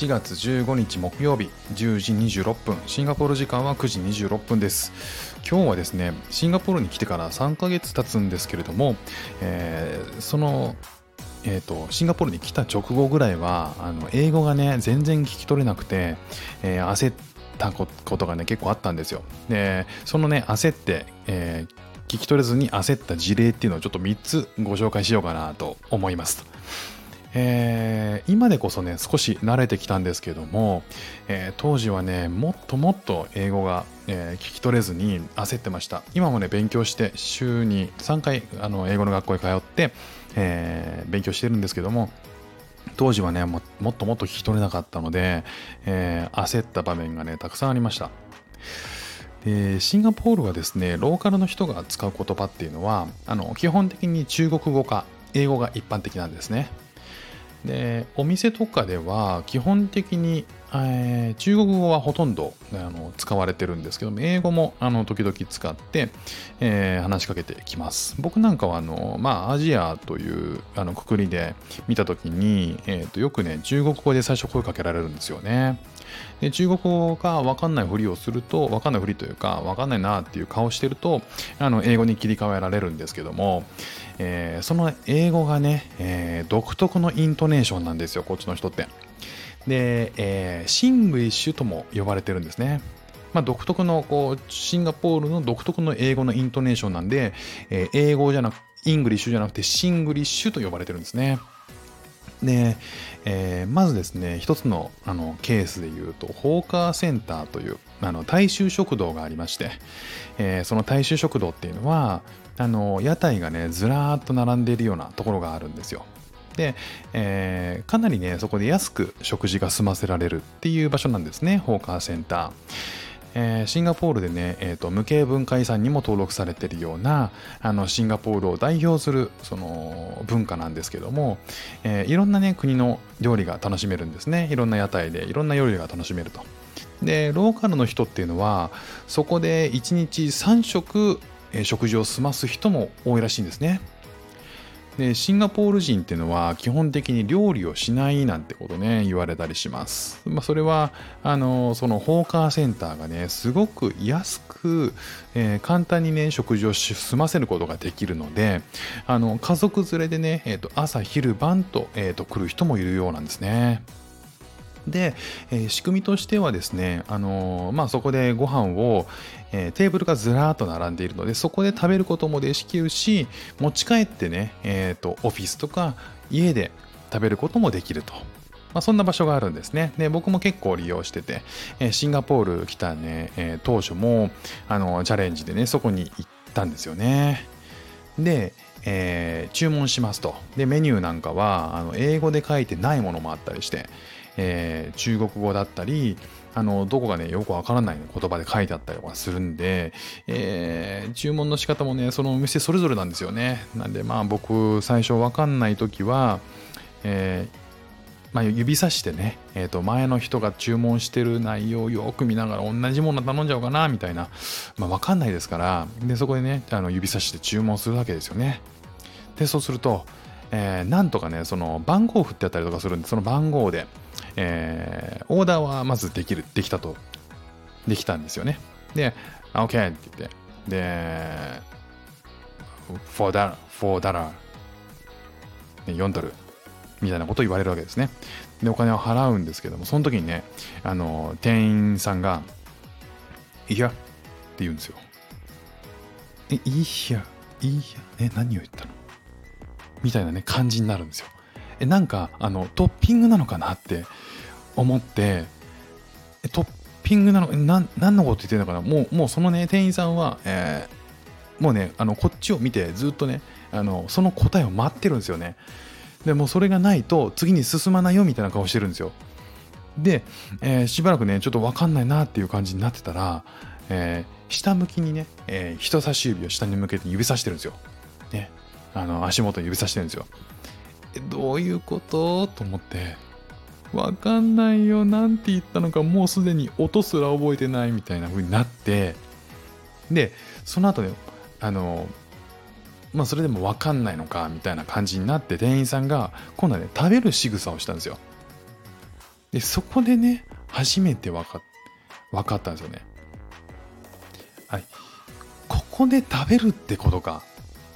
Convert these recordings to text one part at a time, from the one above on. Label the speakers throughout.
Speaker 1: 4月15日木曜日10時26分、シンガポール時間は9時26分です。今日はですね、シンガポールに来てから3ヶ月経つんですけれども、シンガポールに来た直後ぐらいは英語がね全然聞き取れなくて、焦ったことがね結構あったんですよ。でそのね焦って、聞き取れずに焦った事例っていうのをちょっと3つご紹介しようかなと思います。今でこそね少し慣れてきたんですけども、当時はねもっと英語が、聞き取れずに焦ってました。今もね勉強して週に3回英語の学校に通って、勉強してるんですけども、当時はねもっと聞き取れなかったので、焦った場面がねたくさんありました。シンガポールはですねローカルの人が使う言葉っていうのは基本的に中国語か英語が一般的なんですね。でお店とかでは基本的に、中国語はほとんど使われてるんですけども、英語も時々使って、話しかけてきます。僕なんかはアジアというくくりで見た時に、よくね中国語で最初声かけられるんですよね。で中国語が分かんないふりをすると、分かんないふりというか分かんないなっていう顔してると英語に切り替えられるんですけども、その英語がね、独特のイントネーションなんですよ、こっちの人って。で、シングリッシュとも呼ばれてるんですね。独特のシンガポールの独特の英語のイントネーションなんで、英語じゃなくイングリッシュじゃなくてシングリッシュと呼ばれてるんですね。で、まずですね一つのケースで言うと、ホーカーセンターという大衆食堂がありまして、その大衆食堂っていうのは屋台がねずらーっと並んでいるようなところがあるんですよ。で、かなりねそこで安く食事が済ませられるっていう場所なんですね、ホーカーセンター。シンガポールでね、無形文化遺産にも登録されているようなシンガポールを代表するその文化なんですけども、いろんなね国の料理が楽しめるんですね。いろんな屋台でいろんな料理が楽しめると。でローカルの人っていうのはそこで1日3食食事を済ます人も多いらしいんですね。でシンガポール人っていうのは基本的に料理をしないなんてことね言われたりします。それはそのホーカーセンターがねすごく安く、簡単にね食事を済ませることができるので、家族連れでね、朝昼晩と、来る人もいるようなんですね。で、仕組みとしてはですね、そこでご飯を、テーブルがずらーっと並んでいるので、そこで食べることもできるし、持ち帰ってね、オフィスとか家で食べることもできると。そんな場所があるんですね。で僕も結構利用してて、シンガポール来たね、当初もチャレンジでねそこに行ったんですよね。で、注文しますと。でメニューなんかは英語で書いてないものもあったりして、中国語だったりどこかねよくわからない言葉で書いてあったりとかするんで、注文の仕方もねそのお店それぞれなんですよね。なんで僕最初わかんない時は、指さしてね、前の人が注文してる内容をよく見ながら同じもの頼んじゃおうかなみたいな、わかんないですから、でそこでね指さして注文するわけですよね。でそうすると、なんとかねその番号を振ってあったりとかするんで、その番号で、オーダーはまずできたんですよね。で OK って言って、で$4 4ドルみたいなことを言われるわけですね。でお金を払うんですけども、その時にね店員さんがいやって言うんですよ。いや何を言ったのみたいなね感じになるんですよ。なんかトッピングなのかなって思って、トッピングなの何のこと言ってるのかな。もうそのね店員さんは、もうねこっちを見てずっとねその答えを待ってるんですよね。でもうそれがないと次に進まないよみたいな顔してるんですよ。で、しばらくねちょっと分かんないなっていう感じになってたら、下向きにね、人差し指を下に向けて指さしてるんですよ。ね、足元に指さしてるんですよ。どういうことと思って、わかんないよ、なんて言ったのかもうすでに音すら覚えてないみたいな風になって、でその後ねそれでもわかんないのかみたいな感じになって、店員さんが今度はね食べる仕草をしたんですよ。 で、そこでね、初めて分かったんですよね。はい。ここで食べるってことか。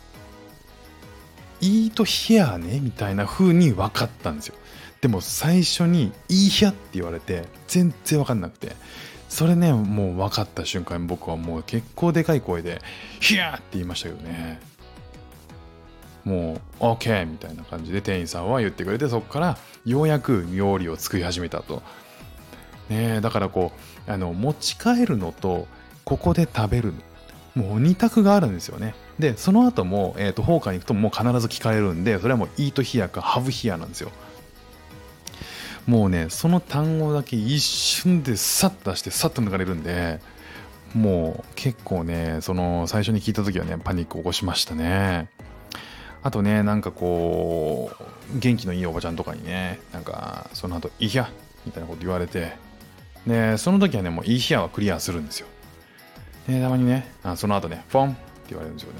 Speaker 1: イートヒアね、みたいな風に分かったんですよ。でも最初にイーヒャって言われて、全然分かんなくて。それね、もう分かった瞬間に僕はもう結構でかい声で、ヒャーって言いましたけどね。もう、OK! みたいな感じで店員さんは言ってくれて、そこからようやく料理を作り始めたと。ね、だからこう、持ち帰るのと、ここで食べるの、もう2択があるんですよね。で、その後も、放課に行くともう必ず聞かれるんで、それはもうイートヒアかハブヒアなんですよ。もうね、その単語だけ一瞬でさっと出して、さっと抜かれるんで、もう結構ね、その最初に聞いた時はね、パニック起こしましたね。あとね、なんかこう、元気のいいおばちゃんとかにね、なんか、その後、イヒャみたいなこと言われて、で、その時はね、もうイヒャはクリアするんですよ。で、たまにね、その後ね、フォンって言われるんですよね。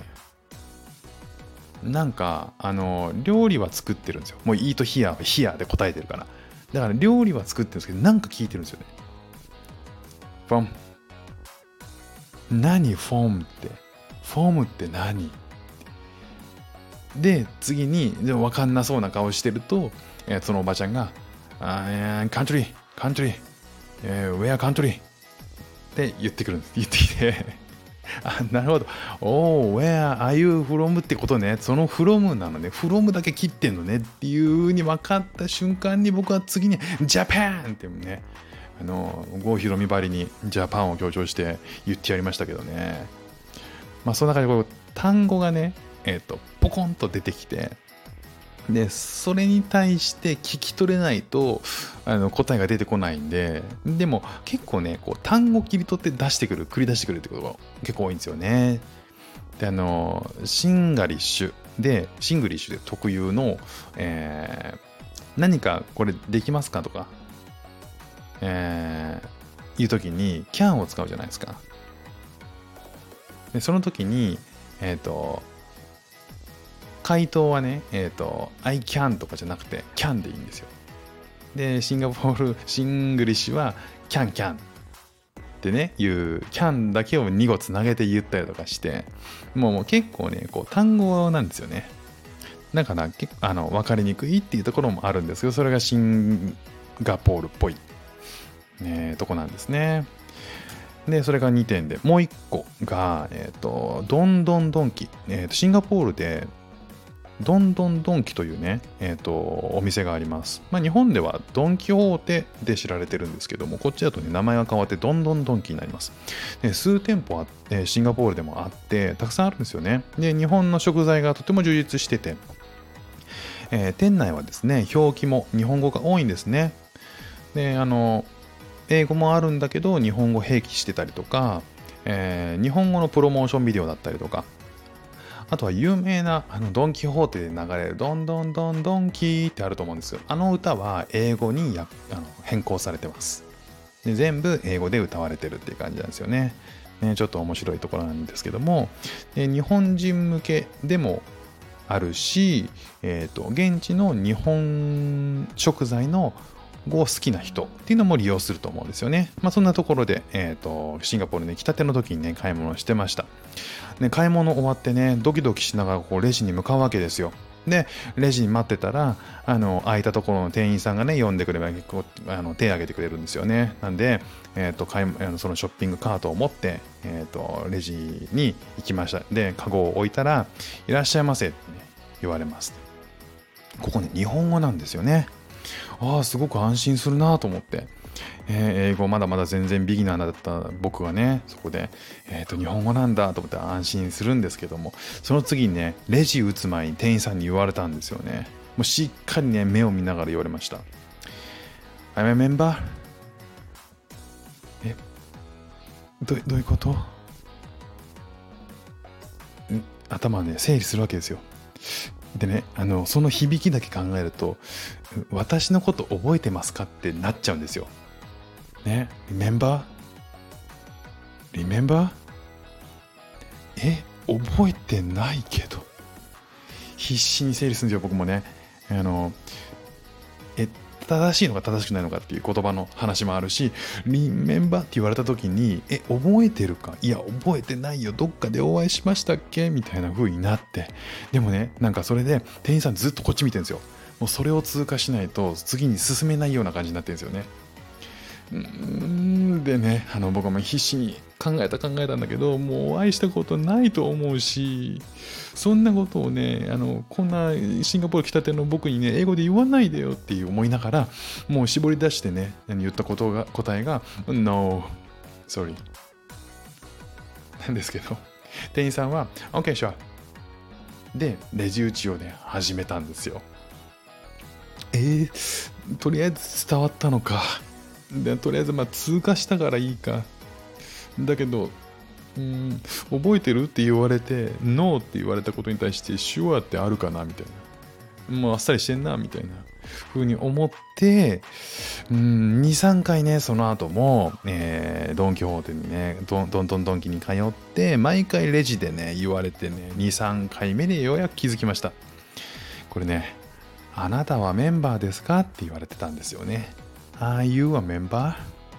Speaker 1: なんか、料理は作ってるんですよ。もうイートヒアで答えてるから。だから料理は作ってるんですけど、なんか聞いてるんですよね。フォン。何フォームって。フォームって何で、次に、でも分かんなそうな顔してると、そのおばちゃんが、カントリー、ウェアカントリーって言ってくるんです。言ってきて、なるほど。where are you from ってことね。その from なのね。from だけ切ってんのねっていう風に分かった瞬間に僕は次に、ジャパンってね、郷ひろみばりにジャパンを強調して言ってやりましたけどね。まあ、その中でこう単語がね、ポコンと出てきて、で、それに対して聞き取れないと、答えが出てこないんで、でも結構ね、こう単語切り取って繰り出してくるってことが結構多いんですよね。で、シングリッシュで特有の、何かこれできますかとか、いう時に can を使うじゃないですか。で、その時に、回答はね、I can とかじゃなくて can でいいんですよ。で、シンガポール、シングリッシュは can ってね、いう can だけを2語つなげて言ったりとかして、もう結構ね、こう単語なんですよね。だから分かりにくいっていうところもあるんですけど、それがシンガポールっぽい、とこなんですね。で、それが2点で、もう1個が、ドンドンドンキ。シンガポールで、ドンドンドンキというね、お店があります。まあ、日本ではドンキホーテで知られてるんですけども、こっちだとね、名前が変わってドンドンドンキになります。で、数店舗シンガポールでもあって、たくさんあるんですよね。で、日本の食材がとても充実してて、店内はですね、表記も日本語が多いんですね。で、英語もあるんだけど、日本語併記してたりとか、日本語のプロモーションビデオだったりとか、あとは有名なドン・キホーテで流れるドンドンドンドンキーってあると思うんですよ。あの歌は英語に変更されてます。で、全部英語で歌われてるっていう感じなんですよね。ちょっと面白いところなんですけども、日本人向けでもあるし、現地の日本食材の好きな人っていうのも利用すると思うんですよね。まあそんなところで、シンガポールに来たての時にね、買い物してました。ね、買い物終わってね、ドキドキしながらこうレジに向かうわけですよ。で、レジに待ってたら、空いたところの店員さんがね、呼んでくれば結構手を挙げてくれるんですよね。なんで、そのショッピングカートを持って、レジに行きました。で、カゴを置いたら、いらっしゃいませって、ね、言われます。ここね、日本語なんですよね。ああ、すごく安心するなと思って。英語まだまだ全然ビギナーだった僕がね、そこで、日本語なんだと思って安心するんですけども、その次にね、レジ打つ前に店員さんに言われたんですよね。もうしっかりね、目を見ながら言われました。I'm a member? どういうこと？頭ね、整理するわけですよ。でね、その響きだけ考えると、私のこと覚えてますかってなっちゃうんですよ。ね、Remember? 覚えてないけど。必死に整理するんですよ、僕もね。 正しいのか正しくないのかっていう言葉の話もあるし、リメンバーって言われた時に、覚えてるか、いや覚えてないよ、どっかでお会いしましたっけみたいな風になって、でもね、なんかそれで店員さんずっとこっち見てるんですよ。もうそれを通過しないと次に進めないような感じになってるんですよね。でね、僕も必死に考えたんだけど、もうお会いしたことないと思うし、そんなことをね、こんなシンガポール来たての僕にね、英語で言わないでよって思いながら、もう絞り出してね、言った答えが、No, sorry なんですけど、店員さんは、OK, sure で、レジ打ちをね、始めたんですよ。とりあえず伝わったのか。でとりあえず通過したからいいか。だけど、覚えてるって言われて、ノーって言われたことに対して、シュアってあるかなみたいな。もうあっさりしてんな、みたいな風に思って、2、3回ね、その後も、ドン・キホーテにね、ドンキに通って、毎回レジでね、言われてね、2、3回目でようやく気づきました。これね、あなたはメンバーですかって言われてたんですよね。Are you a member?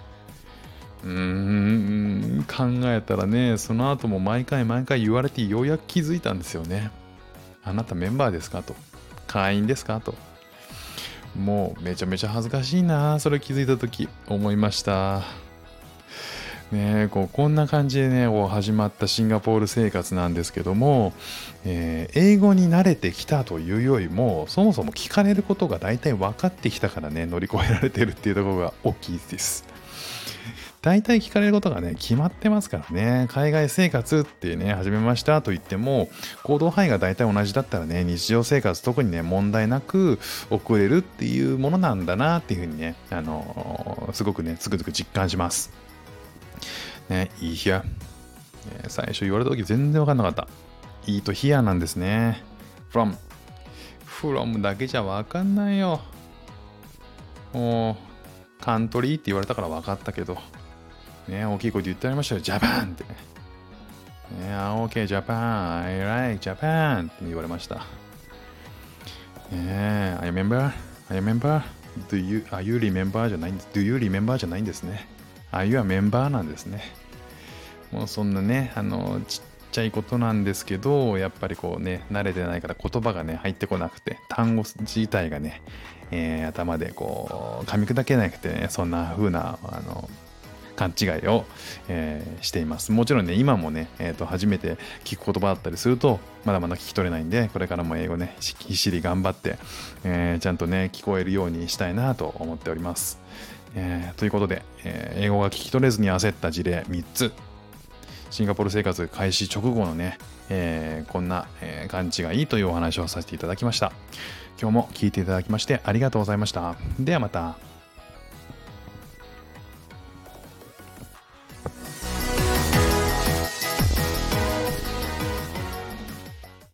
Speaker 1: 考えたらね、その後も毎回言われてようやく気づいたんですよね。あなたメンバーですかと。会員ですかと。もうめちゃめちゃ恥ずかしいな、それ気づいたとき思いました。ね、こんな感じでね、始まったシンガポール生活なんですけども、英語に慣れてきたというよりも、そもそも聞かれることが大体分かってきたからね、乗り越えられてるっていうところが大きいです。大体聞かれることがね、決まってますからね、海外生活ってね、始めましたと言っても、行動範囲が大体同じだったらね、日常生活特にね、問題なく送れるっていうものなんだなっていうふうにね、すごくね、つくづく実感します。ね、いい日や。最初言われた時全然分かんなかった。いいと here なんですね。from だけじゃ分かんないよ。もう、カントリーって言われたから分かったけど。ね、大きい声で言ってありましたよ。ジャパンって。ね、OK, Japan, I like Japan って言われました。I remember, are you remember じゃないんです。do you remember じゃないんですね。are you a member なんですね。もうそんなね、ちっちゃいことなんですけど、やっぱり慣れてないから言葉がね、入ってこなくて、単語自体がね、頭で噛み砕けなくてね、そんな風な、勘違いを、しています。もちろんね、今もね、初めて聞く言葉だったりすると、まだまだ聞き取れないんで、これからも英語ね、必死に頑張って、ちゃんとね、聞こえるようにしたいなと思っております。ということで、英語が聞き取れずに焦った事例3つ。シンガポール生活開始直後のね、こんな、勘違いというお話をさせていただきました。今日も聞いていただきましてありがとうございました。ではまた。